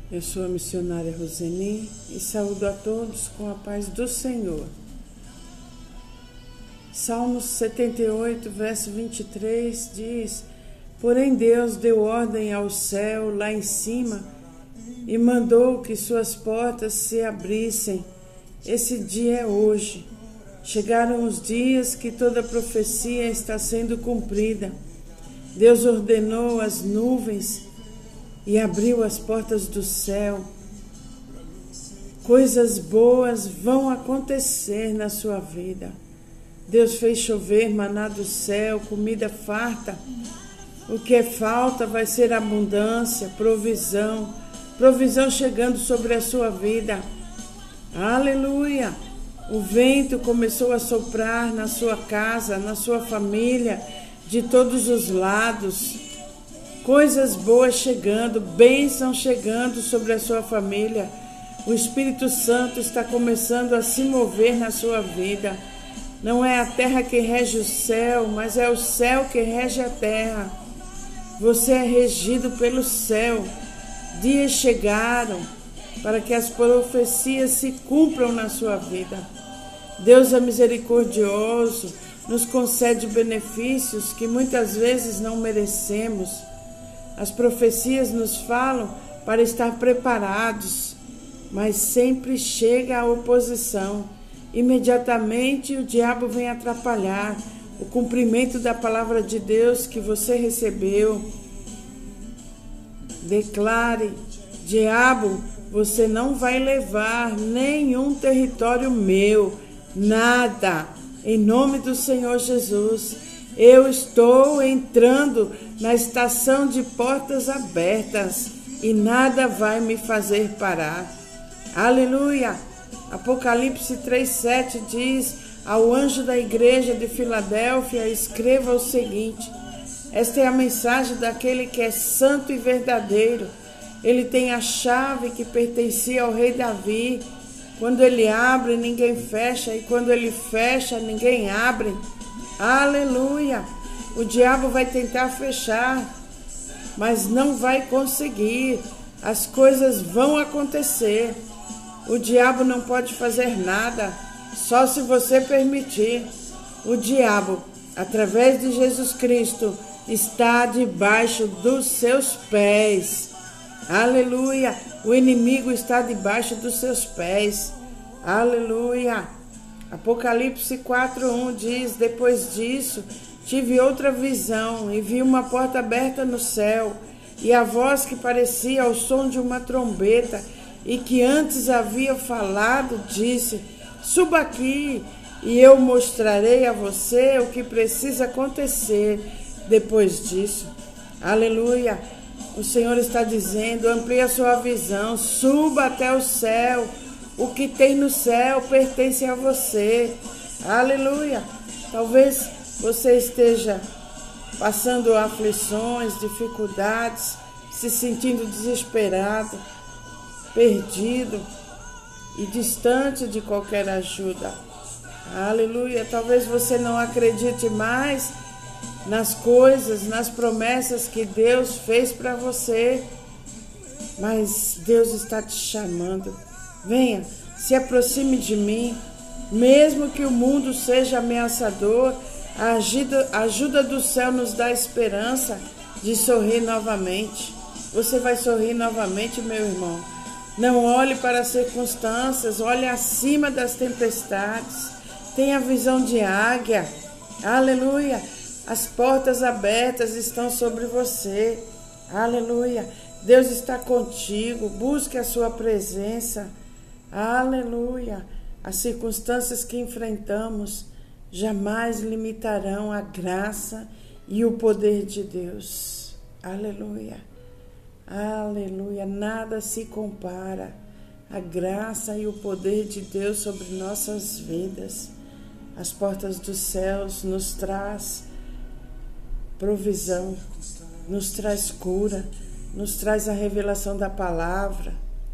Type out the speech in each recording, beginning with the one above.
Eu sou a missionária Roseni e saúdo a todos com a paz do Senhor. Salmos 78, verso 23 diz: Porém Deus deu ordem ao céu lá em cima e mandou que suas portas se abrissem. Esse dia é hoje. Chegaram os dias que toda profecia está sendo cumprida. Deus ordenou as nuvens e abriu as portas do céu. Coisas boas vão acontecer na sua vida. Deus fez chover maná do céu, comida farta. O que é falta vai ser abundância, provisão. Provisão chegando sobre a sua vida. Aleluia! O vento começou a soprar na sua casa, na sua família, de todos os lados. Coisas boas chegando, bênçãos chegando sobre a sua família. O Espírito Santo está começando a se mover na sua vida. Não é a terra que rege o céu, mas é o céu que rege a terra. Você é regido pelo céu. Dias chegaram para que as profecias se cumpram na sua vida. Deus é misericordioso, nos concede benefícios que muitas vezes não merecemos. As profecias nos falam para estar preparados, mas sempre chega a oposição. Imediatamente o diabo vem atrapalhar o cumprimento da palavra de Deus que você recebeu. Declare: diabo, você não vai levar nenhum território meu, nada. Em nome do Senhor Jesus, eu estou entrando na estação de portas abertas e nada vai me fazer parar. Aleluia! Apocalipse 3,7 diz: ao anjo da igreja de Filadélfia, escreva o seguinte: esta é a mensagem daquele que é santo e verdadeiro. Ele tem a chave que pertencia ao rei Davi. Quando ele abre, ninguém fecha, e quando ele fecha, ninguém abre. Aleluia! O diabo vai tentar fechar, mas não vai conseguir. As coisas vão acontecer. O diabo não pode fazer nada, só se você permitir. O diabo, através de Jesus Cristo, está debaixo dos seus pés. Aleluia! O inimigo está debaixo dos seus pés. Aleluia! Apocalipse 4:1 diz: depois disso, tive outra visão e vi uma porta aberta no céu, e a voz que parecia ao som de uma trombeta, e que antes havia falado, disse: suba aqui, e eu mostrarei a você o que precisa acontecer depois disso. Aleluia! O Senhor está dizendo: amplie a sua visão, suba até o céu. O que tem no céu pertence a você. Aleluia! Talvez você esteja passando aflições, dificuldades, se sentindo desesperado, perdido e distante de qualquer ajuda. Aleluia! Talvez você não acredite mais nas coisas, nas promessas que Deus fez para você, mas Deus está te chamando. Venha, se aproxime de mim. Mesmo que o mundo seja ameaçador, a ajuda do céu nos dá esperança de sorrir novamente. Você vai sorrir novamente, meu irmão. Não olhe para as circunstâncias, olhe acima das tempestades. Tenha visão de águia. Aleluia! As portas abertas estão sobre você. Aleluia! Deus está contigo. Busque a sua presença. Aleluia! As circunstâncias que enfrentamos jamais limitarão a graça e o poder de Deus. Aleluia! Aleluia! Nada se compara à graça e o poder de Deus sobre nossas vidas. As portas dos céus nos traz provisão, nos traz cura, nos traz a revelação da palavra,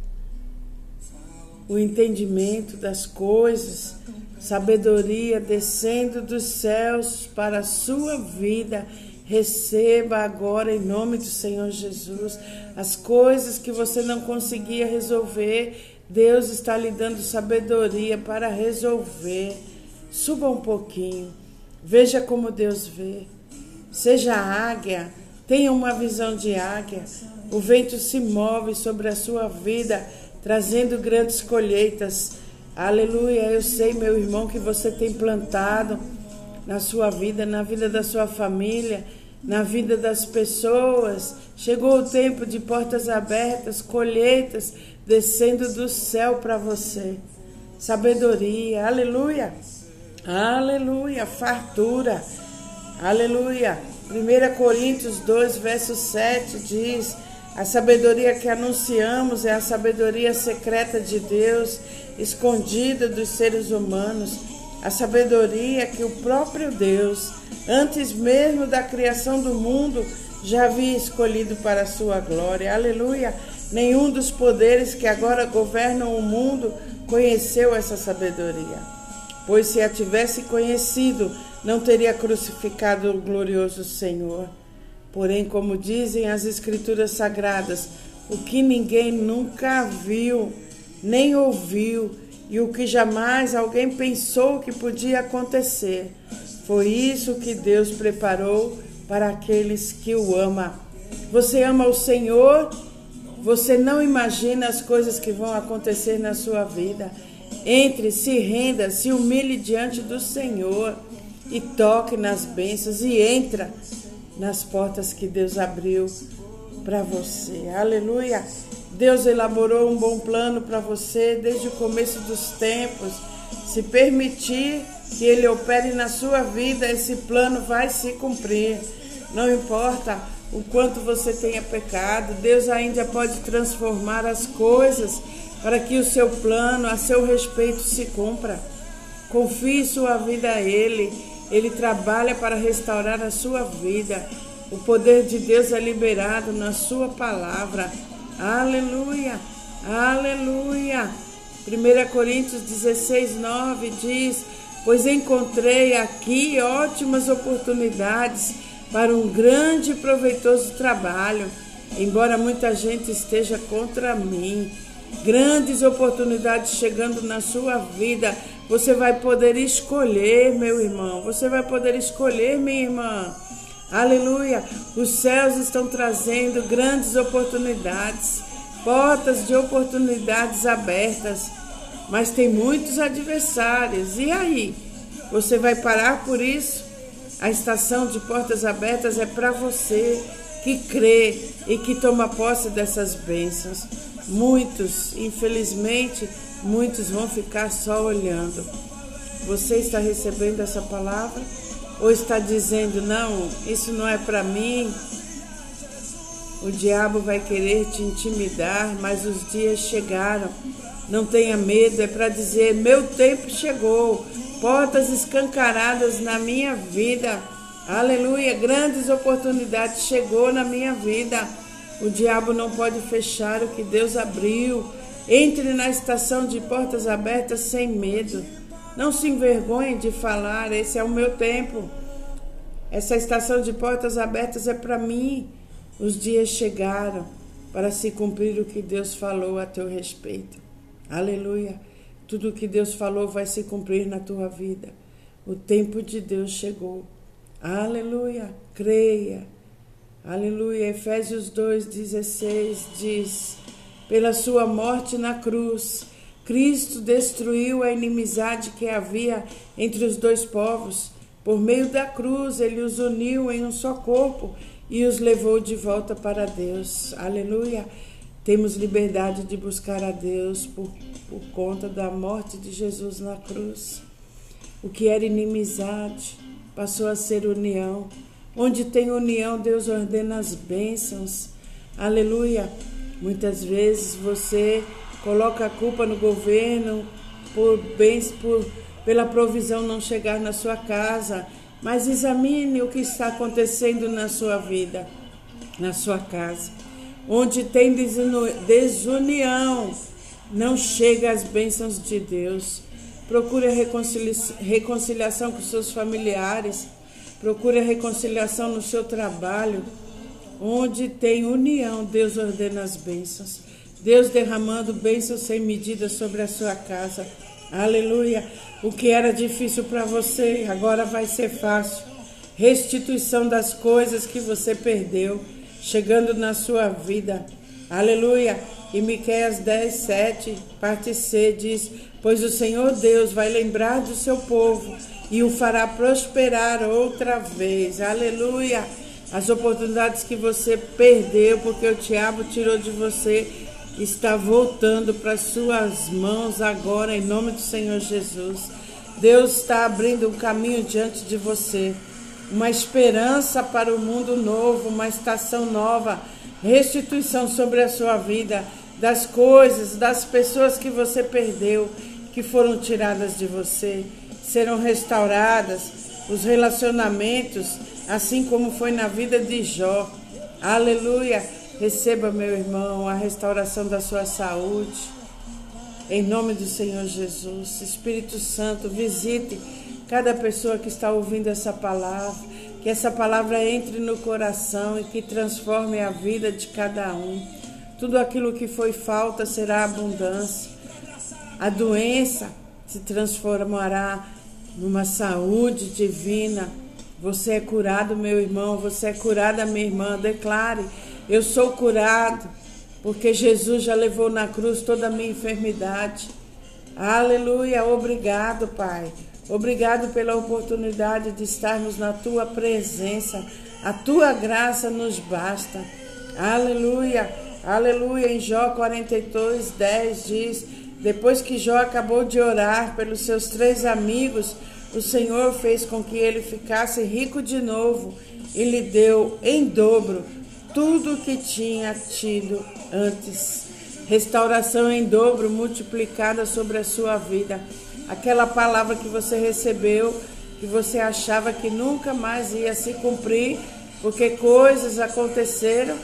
o entendimento das coisas, sabedoria descendo dos céus para a sua vida Receba agora, em nome do Senhor Jesus, as coisas que você não conseguia resolver. Deus está lhe dando sabedoria para resolver. Suba um pouquinho. Veja como Deus vê. Seja águia. Tenha uma visão de águia. O vento se move sobre a sua vida, trazendo grandes colheitas. Aleluia. Eu sei, meu irmão, que você tem plantado na sua vida, na vida da sua família, na vida das pessoas. Chegou o tempo de portas abertas, colheitas descendo do céu para você. Sabedoria, aleluia, aleluia, fartura, aleluia. 1 Coríntios 2, verso 7 diz: a sabedoria que anunciamos é a sabedoria secreta de Deus, escondida dos seres humanos. A sabedoria que o próprio Deus, antes mesmo da criação do mundo, já havia escolhido para a sua glória. Aleluia! Nenhum dos poderes que agora governam o mundo conheceu essa sabedoria. Pois se a tivesse conhecido, não teria crucificado o glorioso Senhor. Porém, como dizem as Escrituras Sagradas, o que ninguém nunca viu, nem ouviu, e o que jamais alguém pensou que podia acontecer, foi isso que Deus preparou para aqueles que o amam. Você ama o Senhor? Você não imagina as coisas que vão acontecer na sua vida. Entre, se renda, se humilhe diante do Senhor e toque nas bênçãos e entra nas portas que Deus abriu para você. Aleluia! Deus elaborou um bom plano para você desde o começo dos tempos. Se permitir que Ele opere na sua vida, esse plano vai se cumprir. Não importa o quanto você tenha pecado, Deus ainda pode transformar as coisas para que o seu plano a seu respeito se cumpra. Confie sua vida a Ele. Ele trabalha para restaurar a sua vida. O poder de Deus é liberado na sua palavra. Aleluia, aleluia. 1 Coríntios 16, 9 diz: pois encontrei aqui ótimas oportunidades para um grande e proveitoso trabalho, embora muita gente esteja contra mim. Grandes oportunidades chegando na sua vida. Você vai poder escolher, meu irmão. Você vai poder escolher, minha irmã. Aleluia! Os céus estão trazendo grandes oportunidades, portas de oportunidades abertas, mas tem muitos adversários. E aí? Você vai parar por isso? A estação de portas abertas é para você que crê e que toma posse dessas bênçãos. Muitos, infelizmente, muitos vão ficar só olhando. Você está recebendo essa palavra? Ou está dizendo, não, isso não é para mim? O diabo vai querer te intimidar, mas os dias chegaram. Não tenha medo, é para dizer, meu tempo chegou. Portas escancaradas na minha vida. Aleluia, grandes oportunidades chegou na minha vida. O diabo não pode fechar o que Deus abriu. Entre na estação de portas abertas sem medo. Não se envergonhe de falar, esse é o meu tempo. Essa estação de portas abertas é para mim. Os dias chegaram para se cumprir o que Deus falou a teu respeito. Aleluia. Tudo o que Deus falou vai se cumprir na tua vida. O tempo de Deus chegou. Aleluia. Creia. Aleluia. Efésios 2:16 diz: pela sua morte na cruz, Cristo destruiu a inimizade que havia entre os dois povos. Por meio da cruz, Ele os uniu em um só corpo e os levou de volta para Deus. Aleluia! Temos liberdade de buscar a Deus por conta da morte de Jesus na cruz. O que era inimizade passou a ser união. Onde tem união, Deus ordena as bênçãos. Aleluia! Muitas vezes você coloca a culpa no governo pela provisão não chegar na sua casa. Mas examine o que está acontecendo na sua vida, na sua casa. Onde tem desunião, não chega às bênçãos de Deus. Procure a reconciliação com seus familiares. Procure a reconciliação no seu trabalho. Onde tem união, Deus ordena as bênçãos. Deus derramando bênçãos sem medida sobre a sua casa. Aleluia. O que era difícil para você, agora vai ser fácil. Restituição das coisas que você perdeu, chegando na sua vida. Aleluia. E Miqueias 10:7, parte C, diz: pois o Senhor Deus vai lembrar do seu povo e o fará prosperar outra vez. Aleluia. As oportunidades que você perdeu, porque o diabo tirou de você, está voltando para suas mãos agora, em nome do Senhor Jesus. Deus está abrindo um caminho diante de você, uma esperança para o mundo novo, uma estação nova, restituição sobre a sua vida, das coisas, das pessoas que você perdeu, que foram tiradas de você, serão restauradas, os relacionamentos, assim como foi na vida de Jó. Aleluia. Receba, meu irmão, a restauração da sua saúde. Em nome do Senhor Jesus. Espírito Santo, visite cada pessoa que está ouvindo essa palavra. Que essa palavra entre no coração e que transforme a vida de cada um. Tudo aquilo que foi falta será abundância. A doença se transformará numa saúde divina. Você é curado, meu irmão. Você é curada, minha irmã. Declare: eu sou curado, porque Jesus já levou na cruz toda a minha enfermidade. Aleluia. Obrigado, Pai. Obrigado pela oportunidade de estarmos na Tua presença. A Tua graça nos basta. Aleluia. Aleluia. Em Jó 42:10 diz: depois que Jó acabou de orar pelos seus 3 amigos, o Senhor fez com que ele ficasse rico de novo e lhe deu em dobro tudo o que tinha tido antes. Restauração em dobro, multiplicada sobre a sua vida. Aquela palavra que você recebeu, que você achava que nunca mais ia se cumprir, porque coisas aconteceram,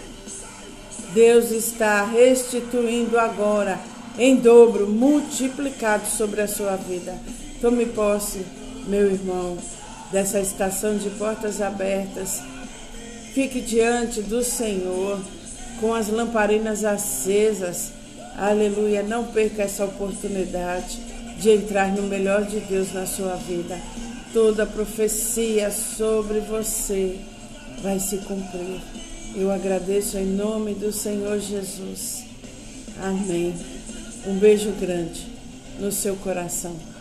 Deus está restituindo agora em dobro, multiplicado sobre a sua vida. Tome posse, meu irmão, dessa estação de portas abertas. Fique diante do Senhor com as lamparinas acesas. Aleluia. Não perca essa oportunidade de entrar no melhor de Deus na sua vida. Toda profecia sobre você vai se cumprir. Eu agradeço em nome do Senhor Jesus. Amém. Um beijo grande no seu coração.